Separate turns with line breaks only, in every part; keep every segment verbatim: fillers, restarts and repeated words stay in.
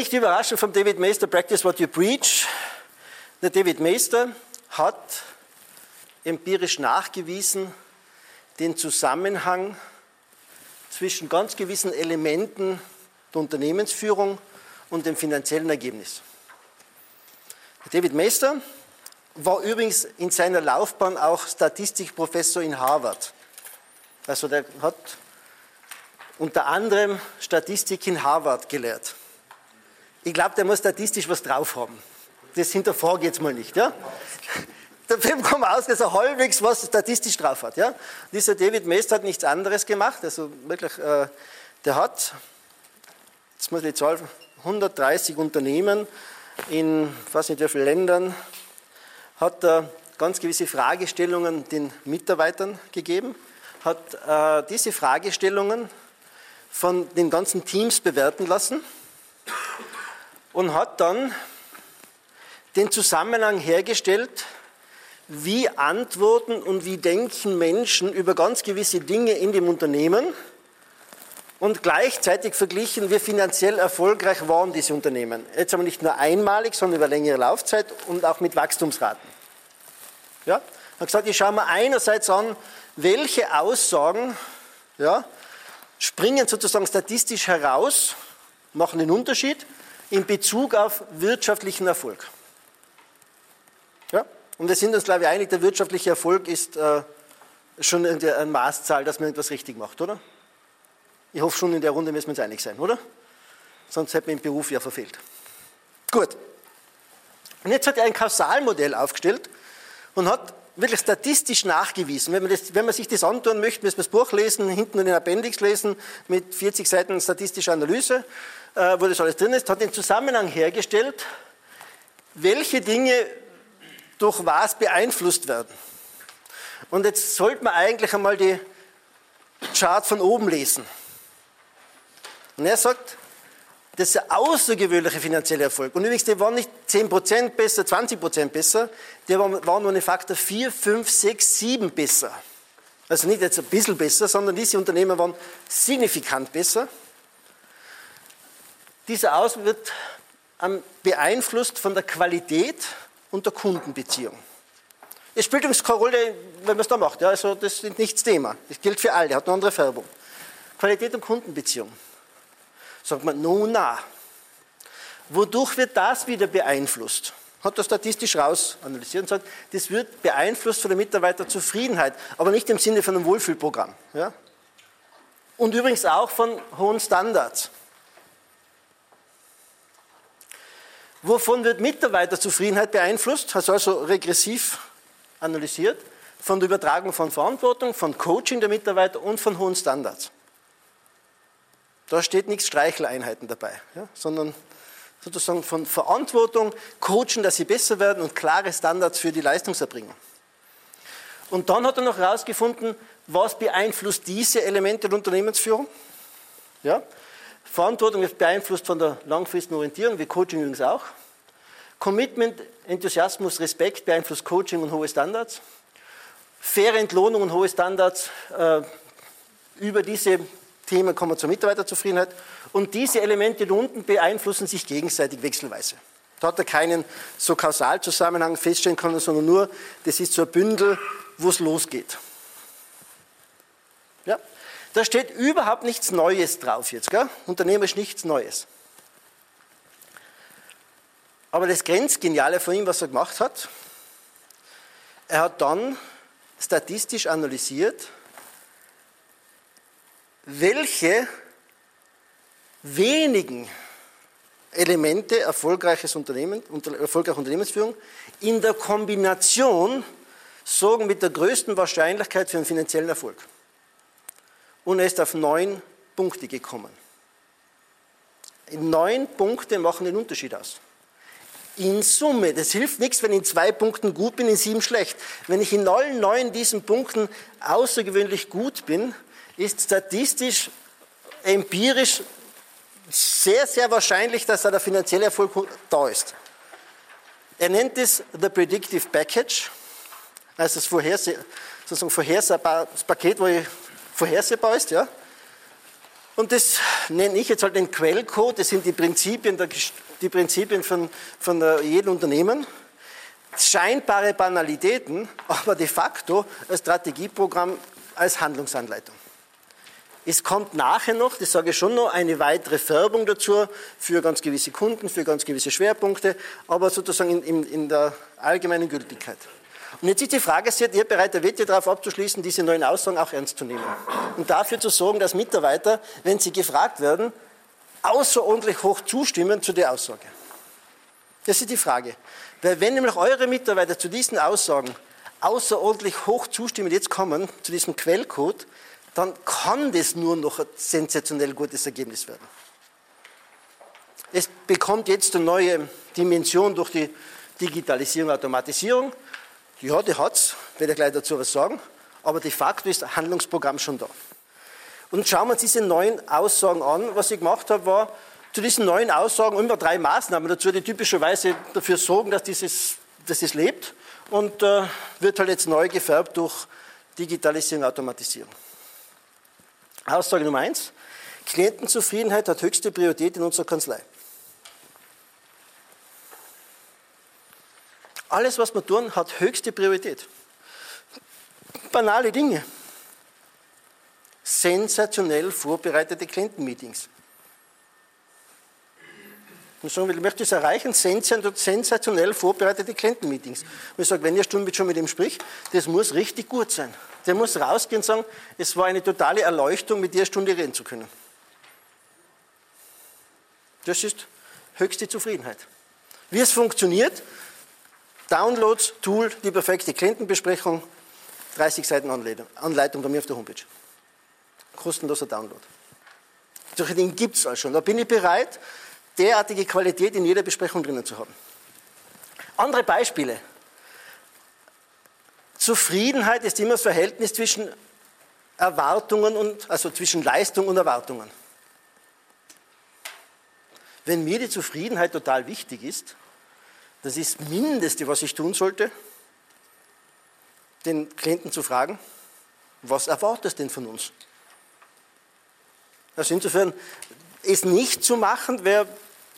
nicht überraschend vom David Maister, Practice what you preach. Der David Maister hat empirisch nachgewiesen den Zusammenhang zwischen ganz gewissen Elementen der Unternehmensführung und dem finanziellen Ergebnis. Der David Maister war übrigens in seiner Laufbahn auch Statistikprofessor in Harvard. Also der hat unter anderem Statistik in Harvard gelehrt. Ich glaube, der muss statistisch was drauf haben. Das hinterfrage ich jetzt mal nicht. Ja? Der Film kommt aus, dass er halbwegs was statistisch drauf hat. Ja? Dieser David Maister hat nichts anderes gemacht. Also wirklich, äh, der hat, jetzt muss ich die Zahl, hundertdreißig Unternehmen in, ich weiß nicht wie vielen Ländern, hat er ganz gewisse Fragestellungen den Mitarbeitern gegeben, hat äh, diese Fragestellungen von den ganzen Teams bewerten lassen und hat dann den Zusammenhang hergestellt, wie antworten und wie denken Menschen über ganz gewisse Dinge in dem Unternehmen und gleichzeitig verglichen, wie finanziell erfolgreich waren diese Unternehmen. Jetzt aber nicht nur einmalig, sondern über längere Laufzeit und auch mit Wachstumsraten. Ja? Er hat gesagt, ich schaue mir einerseits an, welche Aussagen ja, springen sozusagen statistisch heraus, machen den Unterschied in Bezug auf wirtschaftlichen Erfolg. Ja? Und wir sind uns, glaube ich, einig, der wirtschaftliche Erfolg ist äh, schon eine Maßzahl, dass man etwas richtig macht, oder? Ich hoffe, schon in der Runde müssen wir uns einig sein, oder? Sonst hätten wir im Beruf ja verfehlt. Gut. Und jetzt hat er ein Kausalmodell aufgestellt und hat wirklich statistisch nachgewiesen. Wenn man, das, wenn man sich das antun möchte, müssen wir das Buch lesen, hinten den Appendix lesen, mit vierzig Seiten statistischer Analyse, äh, wo das alles drin ist, hat den Zusammenhang hergestellt, welche Dinge durch was beeinflusst werden. Und jetzt sollte man eigentlich einmal die Chart von oben lesen. Und er sagt, das ist ein außergewöhnlicher finanzieller Erfolg. Und übrigens, die waren nicht zehn Prozent besser, zwanzig Prozent besser, die waren, waren nur einen Faktor vier, fünf, sechs, sieben besser. Also nicht jetzt ein bisschen besser, sondern diese Unternehmen waren signifikant besser. Dieser Aus wird ähm, beeinflusst von der Qualität und der Kundenbeziehung. Es spielt übrigens keine Rolle, wenn man es da macht. Ja, also das ist nicht das Thema. Das gilt für alle, hat eine andere Färbung. Qualität und Kundenbeziehung. Sagt man, no, na. Wodurch wird das wieder beeinflusst? Hat er statistisch raus analysiert und sagt, das wird beeinflusst von der Mitarbeiterzufriedenheit, aber nicht im Sinne von einem Wohlfühlprogramm. Ja? Und übrigens auch von hohen Standards. Wovon wird Mitarbeiterzufriedenheit beeinflusst? Hat also regressiv analysiert. Von der Übertragung von Verantwortung, von Coaching der Mitarbeiter und von hohen Standards. Da steht nichts Streicheleinheiten dabei, ja, sondern sozusagen von Verantwortung, Coachen, dass sie besser werden und klare Standards für die Leistungserbringung. Und dann hat er noch herausgefunden, was beeinflusst diese Elemente der Unternehmensführung. Ja, Verantwortung wird beeinflusst von der langfristigen Orientierung, wie Coaching übrigens auch. Commitment, Enthusiasmus, Respekt beeinflusst Coaching und hohe Standards. Faire Entlohnung und hohe Standards, äh, über diese Themen kommen wir zur Mitarbeiterzufriedenheit. Und diese Elemente da unten beeinflussen sich gegenseitig wechselweise. Da hat er keinen so Kausalzusammenhang feststellen können, sondern nur, das ist so ein Bündel, wo es losgeht. Ja? Da steht überhaupt nichts Neues drauf jetzt, gell? Unternehmerisch nichts Neues. Aber das Grenzgeniale von ihm, was er gemacht hat, er hat dann statistisch analysiert, welche wenigen Elemente erfolgreiches Unternehmen, erfolgreiche Unternehmensführung in der Kombination sorgen mit der größten Wahrscheinlichkeit für einen finanziellen Erfolg. Und er ist auf neun Punkte gekommen. Neun Punkte machen den Unterschied aus. In Summe, das hilft nichts, wenn ich in zwei Punkten gut bin, in sieben schlecht. Wenn ich in allen neun diesen Punkten außergewöhnlich gut bin, ist statistisch, empirisch sehr, sehr wahrscheinlich, dass da der finanzielle Erfolg da ist. Er nennt es the predictive package, also das Vorherse- sozusagen vorhersehbares Paket, wo vorhersehbar ist. Ja? Und das nenne ich jetzt halt den Quellcode, das sind die Prinzipien, der, die Prinzipien von, von der, jedem Unternehmen. Scheinbare Banalitäten, aber de facto ein Strategieprogramm als Handlungsanleitung. Es kommt nachher noch, das sage ich schon noch, eine weitere Färbung dazu für ganz gewisse Kunden, für ganz gewisse Schwerpunkte, aber sozusagen in, in, in der allgemeinen Gültigkeit. Und jetzt ist die Frage, seid ihr bereit, der Wette darauf abzuschließen, diese neuen Aussagen auch ernst zu nehmen? Und dafür zu sorgen, dass Mitarbeiter, wenn sie gefragt werden, außerordentlich hoch zustimmen zu der Aussage. Das ist die Frage. Weil wenn nämlich eure Mitarbeiter zu diesen Aussagen außerordentlich hoch zustimmen, jetzt kommen, zu diesem Quellcode, dann kann das nur noch ein sensationell gutes Ergebnis werden. Es bekommt jetzt eine neue Dimension durch die Digitalisierung, Automatisierung. Ja, die hat es, werde ich gleich dazu was sagen, aber de facto ist das Handlungsprogramm schon da. Und schauen wir uns diese neuen Aussagen an. Was ich gemacht habe, war, zu diesen neuen Aussagen immer drei Maßnahmen dazu, die typischerweise dafür sorgen, dass dieses, dass es lebt und äh, wird halt jetzt neu gefärbt durch Digitalisierung, Automatisierung. Aussage Nummer eins, Klientenzufriedenheit hat höchste Priorität in unserer Kanzlei. Alles, was wir tun, hat höchste Priorität. Banale Dinge. Sensationell vorbereitete Klientenmeetings. Ich möchte es erreichen, sensationell vorbereitete Klientenmeetings. Und ich sage, wenn ihr eine Stunde schon mit ihm spricht, das muss richtig gut sein. Der muss rausgehen und sagen, es war eine totale Erleuchtung, mit dir eine Stunde reden zu können. Das ist höchste Zufriedenheit. Wie es funktioniert, Downloads, Tool, die perfekte Klientenbesprechung, dreißig Seiten Anleitung bei mir auf der Homepage. Kostenloser Download. Solche Dinge gibt es auch schon. Da bin ich bereit, derartige Qualität in jeder Besprechung drinnen zu haben. Andere Beispiele. Zufriedenheit ist immer das Verhältnis zwischen Erwartungen und, also zwischen Leistung und Erwartungen. Wenn mir die Zufriedenheit total wichtig ist, das ist das Mindeste, was ich tun sollte, den Klienten zu fragen, was erwartest du denn von uns? Also insofern, es nicht zu machen, wäre,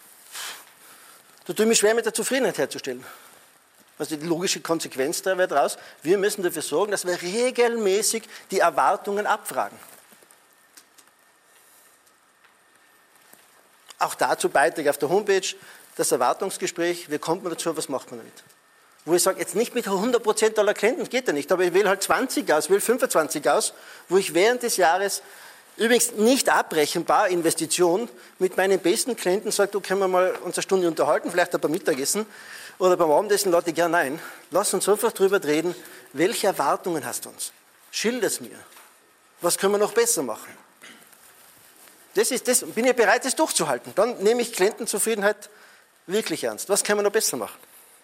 da tue ich mich schwer mit der Zufriedenheit herzustellen. Also die logische Konsequenz da wäre daraus, wir müssen dafür sorgen, dass wir regelmäßig die Erwartungen abfragen. Auch dazu Beiträge auf der Homepage, das Erwartungsgespräch, wie kommt man dazu, was macht man damit? Wo ich sage, jetzt nicht mit hundert Prozent aller Klienten, das geht ja nicht, aber ich wähle halt zwanzig aus, wähle fünfundzwanzig aus, wo ich während des Jahres, übrigens nicht abbrechenbar, Investition, mit meinen besten Klienten sage, du, können wir mal uns eine Stunde unterhalten, vielleicht ein paar Mittagessen oder beim Abendessen, lade ich gerne ein. Lass uns einfach drüber reden, welche Erwartungen hast du uns? Schilder es mir. Was können wir noch besser machen? Das ist das, bin ich bereit, das durchzuhalten. Dann nehme ich Klientenzufriedenheit wirklich ernst. Was können wir noch besser machen?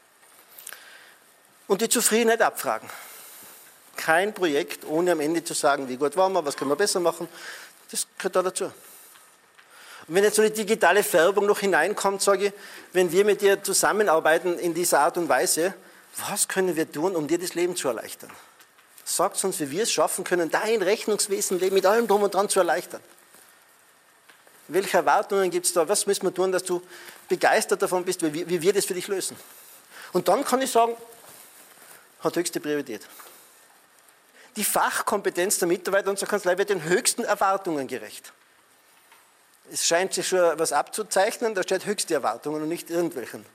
Und die Zufriedenheit abfragen. Kein Projekt, ohne am Ende zu sagen, wie gut waren wir, was können wir besser machen. Das gehört da dazu. Und wenn jetzt so eine digitale Färbung noch hineinkommt, sage ich, wenn wir mit dir zusammenarbeiten in dieser Art und Weise, was können wir tun, um dir das Leben zu erleichtern? Sagt uns, wie wir es schaffen können, dein Rechnungswesenleben mit allem drum und dran zu erleichtern. Welche Erwartungen gibt es da? Was müssen wir tun, dass du begeistert davon bist, wie wir, wie wir das für dich lösen? Und dann kann ich sagen, hat höchste Priorität. Die Fachkompetenz der Mitarbeiter unserer Kanzlei wird den höchsten Erwartungen gerecht. Es scheint sich schon was abzuzeichnen, da steht höchste Erwartungen und nicht irgendwelchen.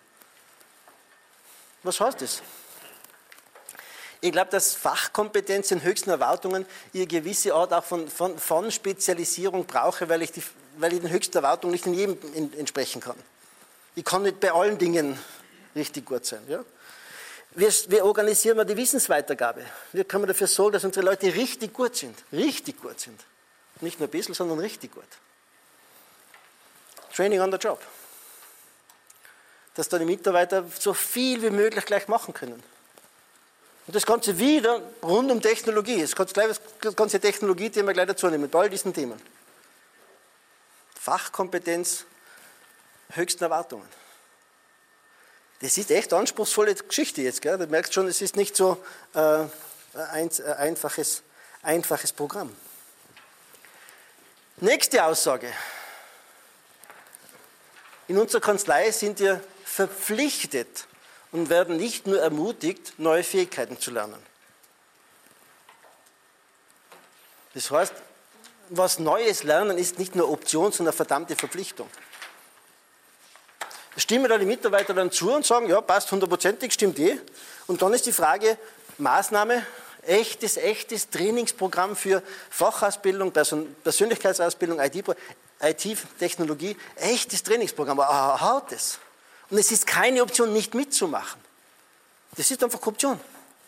Was heißt das? Ich glaube, dass Fachkompetenz in höchsten Erwartungen eine gewisse Art auch von, von, von Spezialisierung brauche, weil ich, die, weil ich den höchsten Erwartungen nicht in jedem in, entsprechen kann. Ich kann nicht bei allen Dingen richtig gut sein. Ja? Wir, wir organisieren mal die Wissensweitergabe. Wir können dafür sorgen, dass unsere Leute richtig gut sind. Richtig gut sind. Nicht nur ein bisschen, sondern richtig gut. Training on the job. Dass da die Mitarbeiter so viel wie möglich gleich machen können. Und das Ganze wieder rund um Technologie. Das ganze Technologie-Thema gleich dazu nehmen, mit all diesen Themen. Fachkompetenz, höchsten Erwartungen. Das ist echt eine anspruchsvolle Geschichte jetzt. Gell? Du merkst schon, es ist nicht so äh, ein äh, einfaches, einfaches Programm. Nächste Aussage. In unserer Kanzlei sind wir verpflichtet und werden nicht nur ermutigt, neue Fähigkeiten zu lernen. Das heißt, was Neues lernen ist nicht nur Option, sondern eine verdammte Verpflichtung. Stimmen da die Mitarbeiter dann zu und sagen, ja, passt hundertprozentig, stimmt eh. Und dann ist die Frage, Maßnahme, echtes, echtes Trainingsprogramm für Fachausbildung, Person Persönlichkeitsausbildung, I T-Technologie, echtes Trainingsprogramm, aber ein hartes. Und es ist keine Option, nicht mitzumachen. Das ist einfach Option.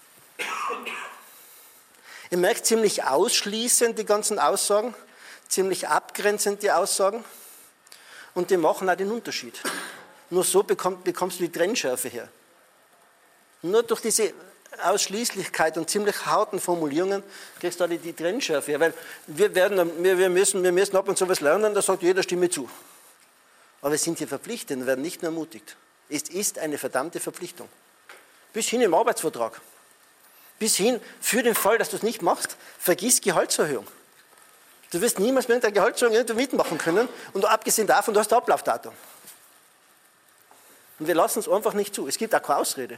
Ihr merkt, ziemlich ausschließend die ganzen Aussagen, ziemlich abgrenzend die Aussagen und die machen auch den Unterschied. Nur so bekomm, bekommst du die Trennschärfe her. Nur durch diese Ausschließlichkeit und ziemlich harten Formulierungen kriegst du die, die Trennschärfe her. Weil wir, werden, wir, wir, müssen, wir müssen ab und zu was lernen, da sagt jeder Stimme zu. Aber wir sind hier verpflichtet und werden nicht nur ermutigt. Es ist eine verdammte Verpflichtung. Bis hin im Arbeitsvertrag. Bis hin, für den Fall, dass du es nicht machst, vergiss Gehaltserhöhung. Du wirst niemals mit der Gehaltserhöhung irgendwie mitmachen können und abgesehen davon, du hast ein Ablaufdatum. Und wir lassen es einfach nicht zu. Es gibt auch keine Ausrede.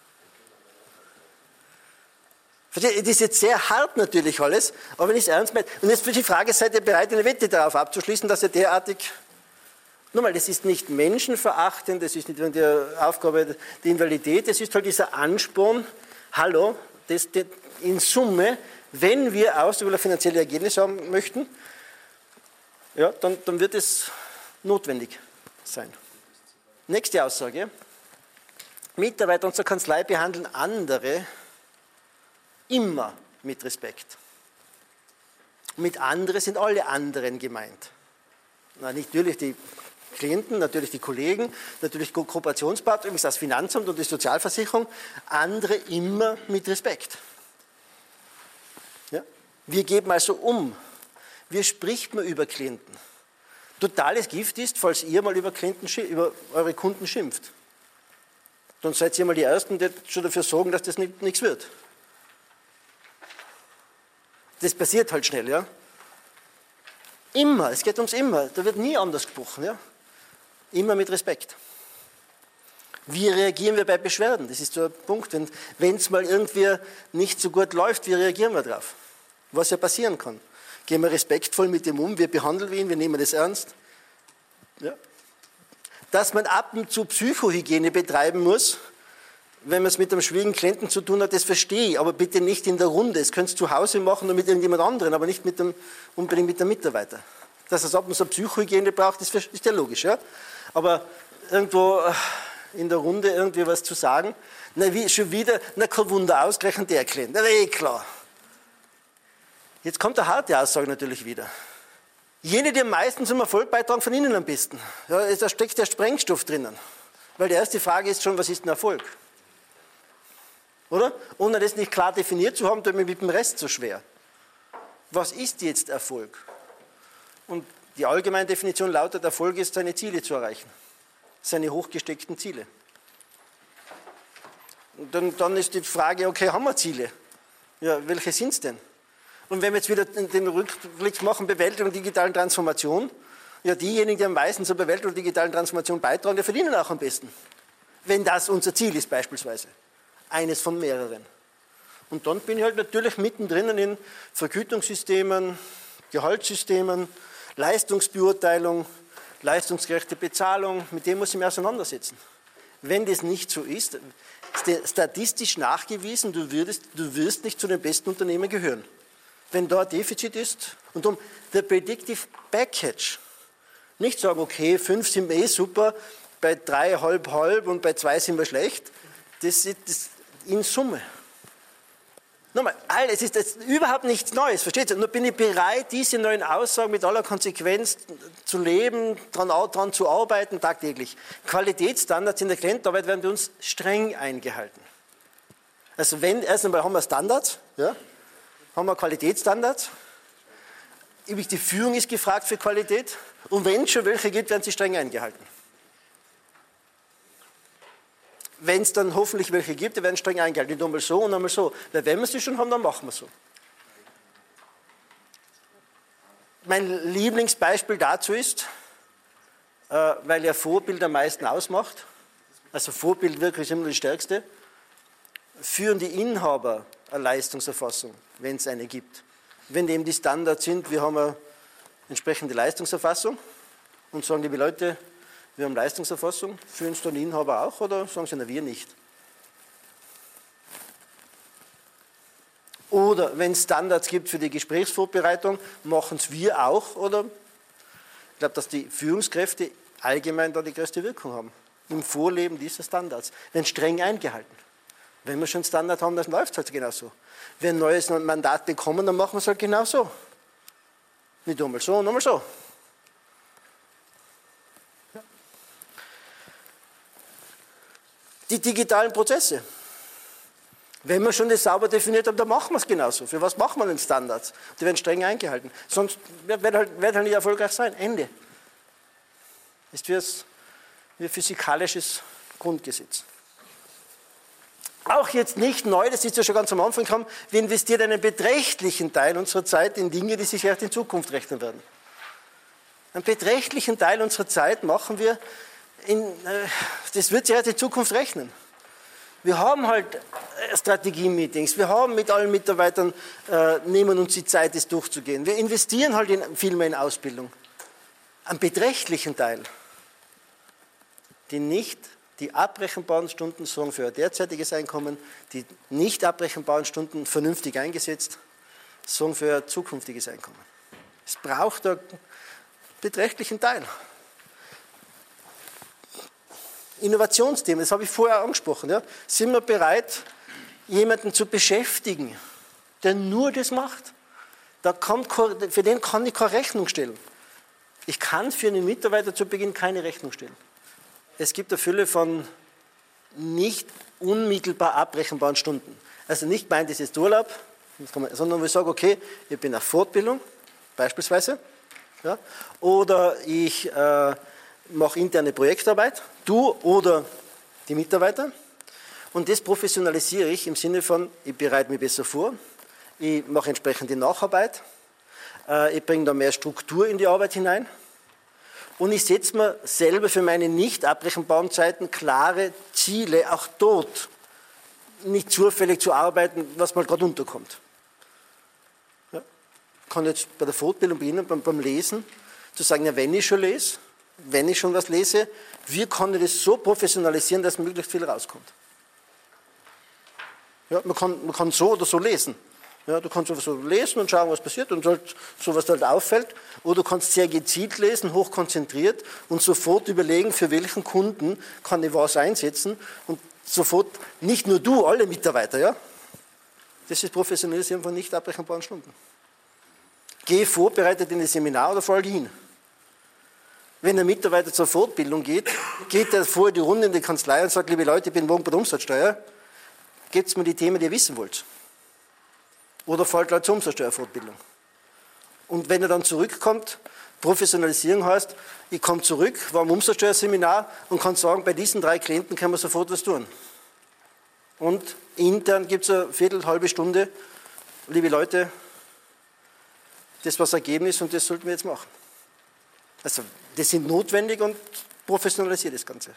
Das ist jetzt sehr hart natürlich alles, aber wenn ich es ernst meine, und jetzt für die Frage, seid ihr bereit, eine Wette darauf abzuschließen, dass ihr derartig, nochmal, das ist nicht menschenverachtend, das ist nicht die Aufgabe der Invalidität, das ist halt dieser Ansporn, hallo, das, das in Summe, wenn wir ausdrücklich finanzielle Ergebnisse haben möchten, ja, dann, dann wird es notwendig sein. Nächste Aussage. Mitarbeiter unserer Kanzlei behandeln andere immer mit Respekt. Mit andere sind alle anderen gemeint. Na, natürlich die Klienten, natürlich die Kollegen, natürlich Ko Kooperationspartner, übrigens das Finanzamt und die Sozialversicherung, andere immer mit Respekt. Ja? Wir geben also um. Wie spricht man über Klienten? Totales Gift ist, falls ihr mal über, Klienten, über eure Kunden schimpft. Dann seid ihr mal die Ersten, die schon dafür sorgen, dass das nicht, nichts wird. Das passiert halt schnell, ja. Immer, es geht ums Immer, da wird nie anders gesprochen, ja. Immer mit Respekt. Wie reagieren wir bei Beschwerden? Das ist so ein Punkt, wenn es mal irgendwie nicht so gut läuft, wie reagieren wir darauf? Was ja passieren kann. Gehen wir respektvoll mit dem um, wir behandeln ihn, wir nehmen das ernst. Ja. Dass man ab und zu Psychohygiene betreiben muss, wenn man es mit einem schwierigen Klienten zu tun hat, das verstehe ich, aber bitte nicht in der Runde. Das könnt ihr zu Hause machen oder mit irgendjemand anderem, aber nicht mit dem, unbedingt mit dem Mitarbeiter. Dass es ab und zu Psychohygiene braucht, das ist ja logisch. Ja? Aber irgendwo in der Runde irgendwie was zu sagen, na, wie, schon wieder, na kein Wunder, ausgerechnet der Klient, na eh klar. Jetzt kommt eine harte Aussage natürlich wieder. Jene, die am meisten zum Erfolg beitragen, von Ihnen am besten. Ja, da steckt der Sprengstoff drinnen. Weil die erste Frage ist schon, was ist ein Erfolg? Oder? Ohne das nicht klar definiert zu haben, tut mir mit dem Rest so schwer. Was ist jetzt Erfolg? Und die allgemeine Definition lautet, Erfolg ist, seine Ziele zu erreichen. Seine hochgesteckten Ziele. Und dann, dann ist die Frage, okay, haben wir Ziele? Ja, welche sind es denn? Und wenn wir jetzt wieder den Rückblick machen, Bewältigung digitalen Transformation, ja, diejenigen, die am meisten zur Bewältigung digitalen Transformation beitragen, die verdienen auch am besten. Wenn das unser Ziel ist beispielsweise. Eines von mehreren. Und dann bin ich halt natürlich mittendrin in Vergütungssystemen, Gehaltssystemen, Leistungsbeurteilung, leistungsgerechte Bezahlung, mit dem muss ich mich auseinandersetzen. Wenn das nicht so ist, ist statistisch nachgewiesen, du, würdest, du wirst nicht zu den besten Unternehmen gehören. Wenn da ein Defizit ist und um the predictive package, nicht sagen, okay, fünf sind wir eh super, bei drei halb halb und bei zwei sind wir schlecht, das ist das in Summe. Nochmal, es ist jetzt überhaupt nichts Neues, versteht ihr? Nur bin ich bereit, diese neuen Aussagen mit aller Konsequenz zu leben, daran, daran zu arbeiten, tagtäglich. Qualitätsstandards in der Klientenarbeit werden bei uns streng eingehalten. Also wenn, erst einmal haben wir Standards, ja, haben wir Qualitätsstandards, die Führung ist gefragt für Qualität und wenn es schon welche gibt, werden sie streng eingehalten. Wenn es dann hoffentlich welche gibt, die werden streng eingehalten. Nicht einmal so und einmal so. Weil wenn wir sie schon haben, dann machen wir so. Mein Lieblingsbeispiel dazu ist, äh, weil ja Vorbild am meisten ausmacht, also Vorbild wirklich immer das Stärkste, führen die Inhaber eine Leistungserfassung, wenn es eine gibt. Wenn eben die Standards sind, wir haben eine entsprechende Leistungserfassung und sagen, liebe Leute, wir haben Leistungserfassung, führen es dann die Inhaber auch oder sagen sie, na, wir nicht? Oder wenn es Standards gibt für die Gesprächsvorbereitung, machen es wir auch oder? Ich glaube, dass die Führungskräfte allgemein da die größte Wirkung haben, im Vorleben dieser Standards, wenn streng eingehalten. Wenn wir schon einen Standard haben, dann läuft es halt genauso. Wenn wir ein neues Mandat bekommen, dann machen wir es halt genauso. Nicht einmal so, und einmal so. Ja. Die digitalen Prozesse. Wenn wir schon das sauber definiert haben, dann machen wir es genauso. Für was machen wir denn Standards? Die werden streng eingehalten. Sonst wird halt, wird halt nicht erfolgreich sein. Ende. Ist wie ein physikalisches Grundgesetz. Auch jetzt nicht neu, das ist ja schon ganz am Anfang gekommen, wir investieren einen beträchtlichen Teil unserer Zeit in Dinge, die sich erst in Zukunft rechnen werden. Einen beträchtlichen Teil unserer Zeit machen wir, in, das wird sich erst in Zukunft rechnen. Wir haben halt Strategie-Meetings, wir haben mit allen Mitarbeitern, äh, nehmen uns die Zeit, das durchzugehen. Wir investieren halt in, viel mehr in Ausbildung. Einen beträchtlichen Teil, die nicht die abbrechenbaren Stunden sorgen für ein derzeitiges Einkommen, die nicht abbrechenbaren Stunden vernünftig eingesetzt, sorgen für ein zukünftiges Einkommen. Es braucht einen beträchtlichen Teil. Innovationsthemen, das habe ich vorher angesprochen. Ja. Sind wir bereit, jemanden zu beschäftigen, der nur das macht? Da kann, für den kann ich keine Rechnung stellen. Ich kann für einen Mitarbeiter zu Beginn keine Rechnung stellen. Es gibt eine Fülle von nicht unmittelbar abbrechenbaren Stunden. Also nicht meint, das ist Urlaub, sondern wir sagen, okay, ich bin auf Fortbildung, beispielsweise, ja, oder ich äh, mache interne Projektarbeit, du oder die Mitarbeiter, und das professionalisiere ich im Sinne von, ich bereite mich besser vor, ich mache entsprechende Nacharbeit, äh, ich bringe da mehr Struktur in die Arbeit hinein. Und ich setze mir selber für meine nicht abbrechenbaren Zeiten klare Ziele, auch dort nicht zufällig zu arbeiten, was mal gerade unterkommt. Ja. Ich kann jetzt bei der Fortbildung beginnen, beim, beim Lesen, zu sagen, ja, wenn ich schon lese, wenn ich schon was lese, wie kann ich das so professionalisieren, dass möglichst viel rauskommt. Ja, man, kann, man kann so oder so lesen. Ja, du kannst so lesen und schauen, was passiert und halt, so was halt auffällt. Oder du kannst sehr gezielt lesen, hochkonzentriert und sofort überlegen, für welchen Kunden kann ich was einsetzen und sofort, nicht nur du, alle Mitarbeiter. Ja? Das ist Professionalisieren von nicht abbrechenbaren Stunden. Geh vorbereitet in das Seminar oder folge hin. Wenn ein Mitarbeiter zur Fortbildung geht, geht er vorher die Runde in die Kanzlei und sagt, liebe Leute, ich bin morgen bei der Umsatzsteuer, gebt mir die Themen, die ihr wissen wollt. Oder folgt gleich zur Umsatzsteuerfortbildung. Und wenn er dann zurückkommt, Professionalisierung heißt, ich komme zurück, war im Umsatzsteuerseminar und kann sagen, bei diesen drei Klienten können wir sofort was tun. Und intern gibt es eine Viertel, halbe Stunde, liebe Leute, das was ergeben ist und das sollten wir jetzt machen. Also, das sind notwendig und professionalisiert das Ganze.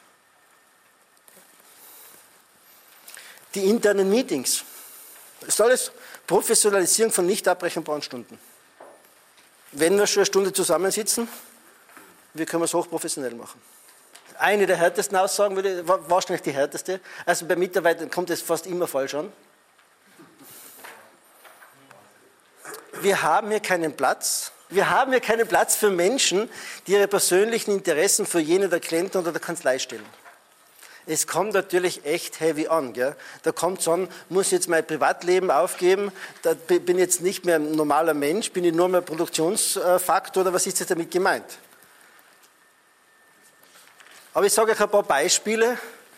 Die internen Meetings. Das ist alles Professionalisierung von nicht abbrechenbaren Stunden. Wenn wir schon eine Stunde zusammensitzen, wie können wir es hochprofessionell machen? Eine der härtesten Aussagen, würde, wahrscheinlich die härteste, also bei Mitarbeitern kommt es fast immer falsch an. Wir haben hier keinen Platz, wir haben hier keinen Platz für Menschen, die ihre persönlichen Interessen für jene der Klienten oder der Kanzlei stellen. Es kommt natürlich echt heavy an. Gell? Da kommt es an, muss ich jetzt mein Privatleben aufgeben, da bin ich jetzt nicht mehr ein normaler Mensch, bin ich nur mehr Produktionsfaktor oder was ist jetzt damit gemeint? Aber ich sage euch ein paar Beispiele.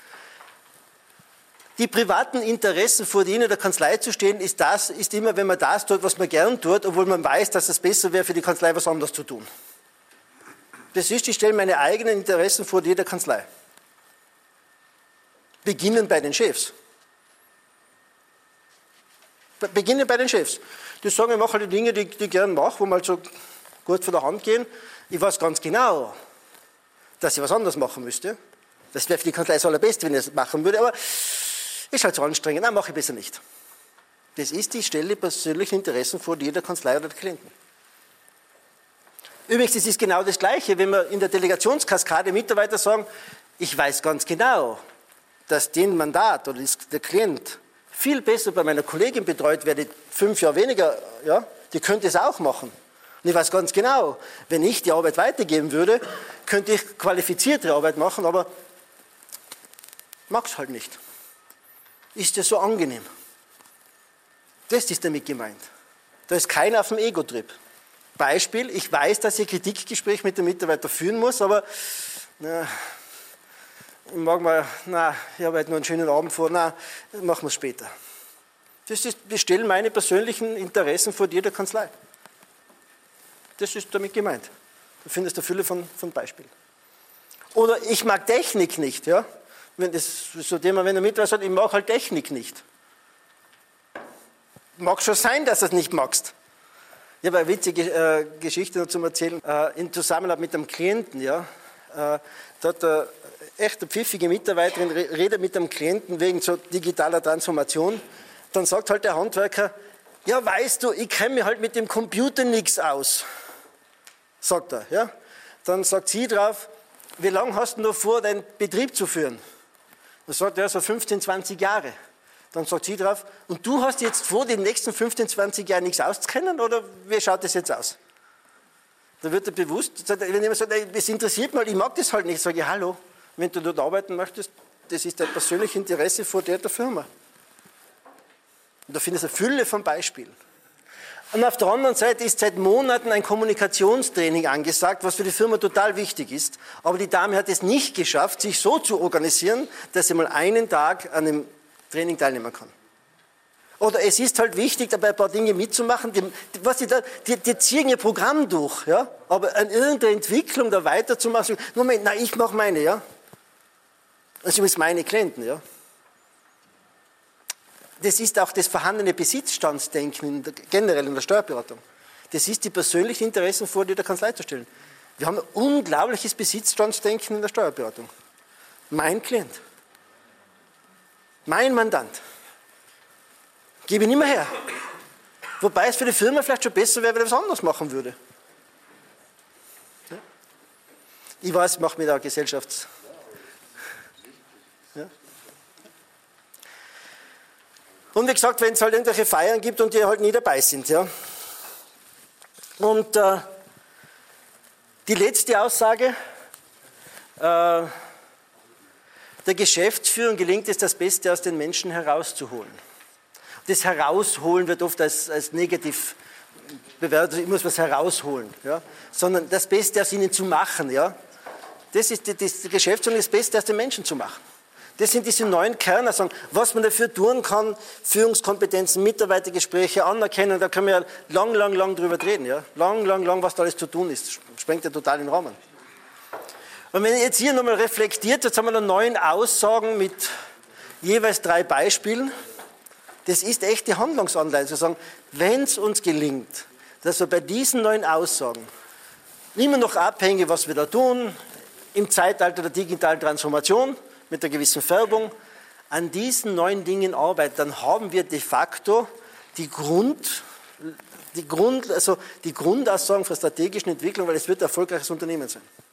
Die privaten Interessen vor denen der Kanzlei zu stehen, ist, das, ist immer, wenn man das tut, was man gern tut, obwohl man weiß, dass es besser wäre, für die Kanzlei was anderes zu tun. Das ist, ich stelle meine eigenen Interessen vor die der Kanzlei. Beginnen bei den Chefs. Beginnen bei den Chefs. Die sagen, ich mache halt die Dinge, die, die ich gerne mache, wo man halt so gut von der Hand gehen. Ich weiß ganz genau, dass ich was anderes machen müsste. Das wäre für die Kanzlei das Allerbeste, wenn ich das machen würde, aber ist halt so anstrengend. Nein, mache ich besser nicht. Das ist, ich stelle die persönlichen Interessen vor die der Kanzlei oder der Klienten. Übrigens, das ist genau das Gleiche, wenn wir in der Delegationskaskade Mitarbeiter sagen, ich weiß ganz genau, dass den Mandat oder der Klient viel besser bei meiner Kollegin betreut werde, fünf Jahre weniger, ja, die könnte es auch machen. Und ich weiß ganz genau, wenn ich die Arbeit weitergeben würde, könnte ich qualifiziertere Arbeit machen, aber mag es halt nicht. Ist ja so angenehm. Das ist damit gemeint. Da ist keiner auf dem Ego-Trip. Beispiel, ich weiß, dass ich ein Kritikgespräch mit dem Mitarbeiter führen muss, aber na, ich mag mal, na, ich habe heute nur einen schönen Abend vor, na, machen wir es später. Das ist, ich stelle meine persönlichen Interessen vor die der Kanzlei. Das ist damit gemeint. Du findest eine Fülle von, von Beispielen. Oder ich mag Technik nicht, ja. Wenn das, so Thema, wenn der Mitarbeiter sagt, ich mag halt Technik nicht. Mag schon sein, dass du es nicht magst. Ich habe eine witzige äh, Geschichte noch zum Erzählen. Äh, in Zusammenarbeit mit einem Klienten, ja. Äh, da hat eine echt eine pfiffige Mitarbeiterin redet mit einem Klienten wegen so digitaler Transformation. Dann sagt halt der Handwerker, ja, weißt du, ich kenne mich halt mit dem Computer nichts aus. Sagt er, ja. Dann sagt sie drauf, wie lange hast du noch vor, deinen Betrieb zu führen? Dann sagt er, so fünfzehn, zwanzig Jahre. Dann sagt sie drauf, und du hast jetzt vor, die nächsten fünfzehn, zwanzig Jahre nichts auszukennen, oder wie schaut das jetzt aus? Da wird er bewusst, wenn jemand sagt, das interessiert mich, ich mag das halt nicht, sage ich, hallo, wenn du dort arbeiten möchtest, das ist dein persönliches Interesse vor der der Firma. Und da findest du eine Fülle von Beispielen. Und auf der anderen Seite ist seit Monaten ein Kommunikationstraining angesagt, was für die Firma total wichtig ist. Aber die Dame hat es nicht geschafft, sich so zu organisieren, dass sie mal einen Tag an einem Training teilnehmen kann. Oder es ist halt wichtig, dabei ein paar Dinge mitzumachen. Die, was die, da, die, die ziehen ihr Programm durch, ja? Aber an irgendeiner Entwicklung da weiterzumachen, Moment, nein, ich mache meine, ja. Das sind meine Klienten, ja. Das ist auch das vorhandene Besitzstandsdenken in der, generell in der Steuerberatung. Das ist die persönlichen Interessen vor die der Kanzlei zu stellen. Wir haben ein unglaubliches Besitzstandsdenken in der Steuerberatung. Mein Klient. Mein Mandant. Gebe ich nicht mehr her. Wobei es für die Firma vielleicht schon besser wäre, wenn er was anderes machen würde. Ja? Ich weiß, ich mache mit der Gesellschafts... Ja? Und wie gesagt, wenn es halt irgendwelche Feiern gibt und die halt nie dabei sind. Ja? Und äh, die letzte Aussage, äh, der Geschäftsführung gelingt es, das Beste aus den Menschen herauszuholen. Das Herausholen wird oft als, als negativ bewertet, ich muss was herausholen, ja? Sondern das Beste aus ihnen zu machen. Ja? Das ist die, die Geschäftsführung, das Beste aus den Menschen zu machen. Das sind diese neuen Kerne, also was man dafür tun kann, Führungskompetenzen, Mitarbeitergespräche, Anerkennen, da können wir ja lang, lang, lang drüber reden. Ja? Lang, lang, lang, was da alles zu tun ist. Sprengt ja total den Rahmen. Und wenn ihr jetzt hier nochmal reflektiert, jetzt haben wir noch neun Aussagen mit jeweils drei Beispielen. Das ist echt die Handlungsanleitung, zu sagen, wenn es uns gelingt, dass wir bei diesen neuen Aussagen, immer noch abhängig, was wir da tun, im Zeitalter der digitalen Transformation, mit einer gewissen Färbung, an diesen neuen Dingen arbeiten, dann haben wir de facto die, Grund, die, Grund, also die Grundaussagen für strategische Entwicklung, weil es wird ein erfolgreiches Unternehmen sein.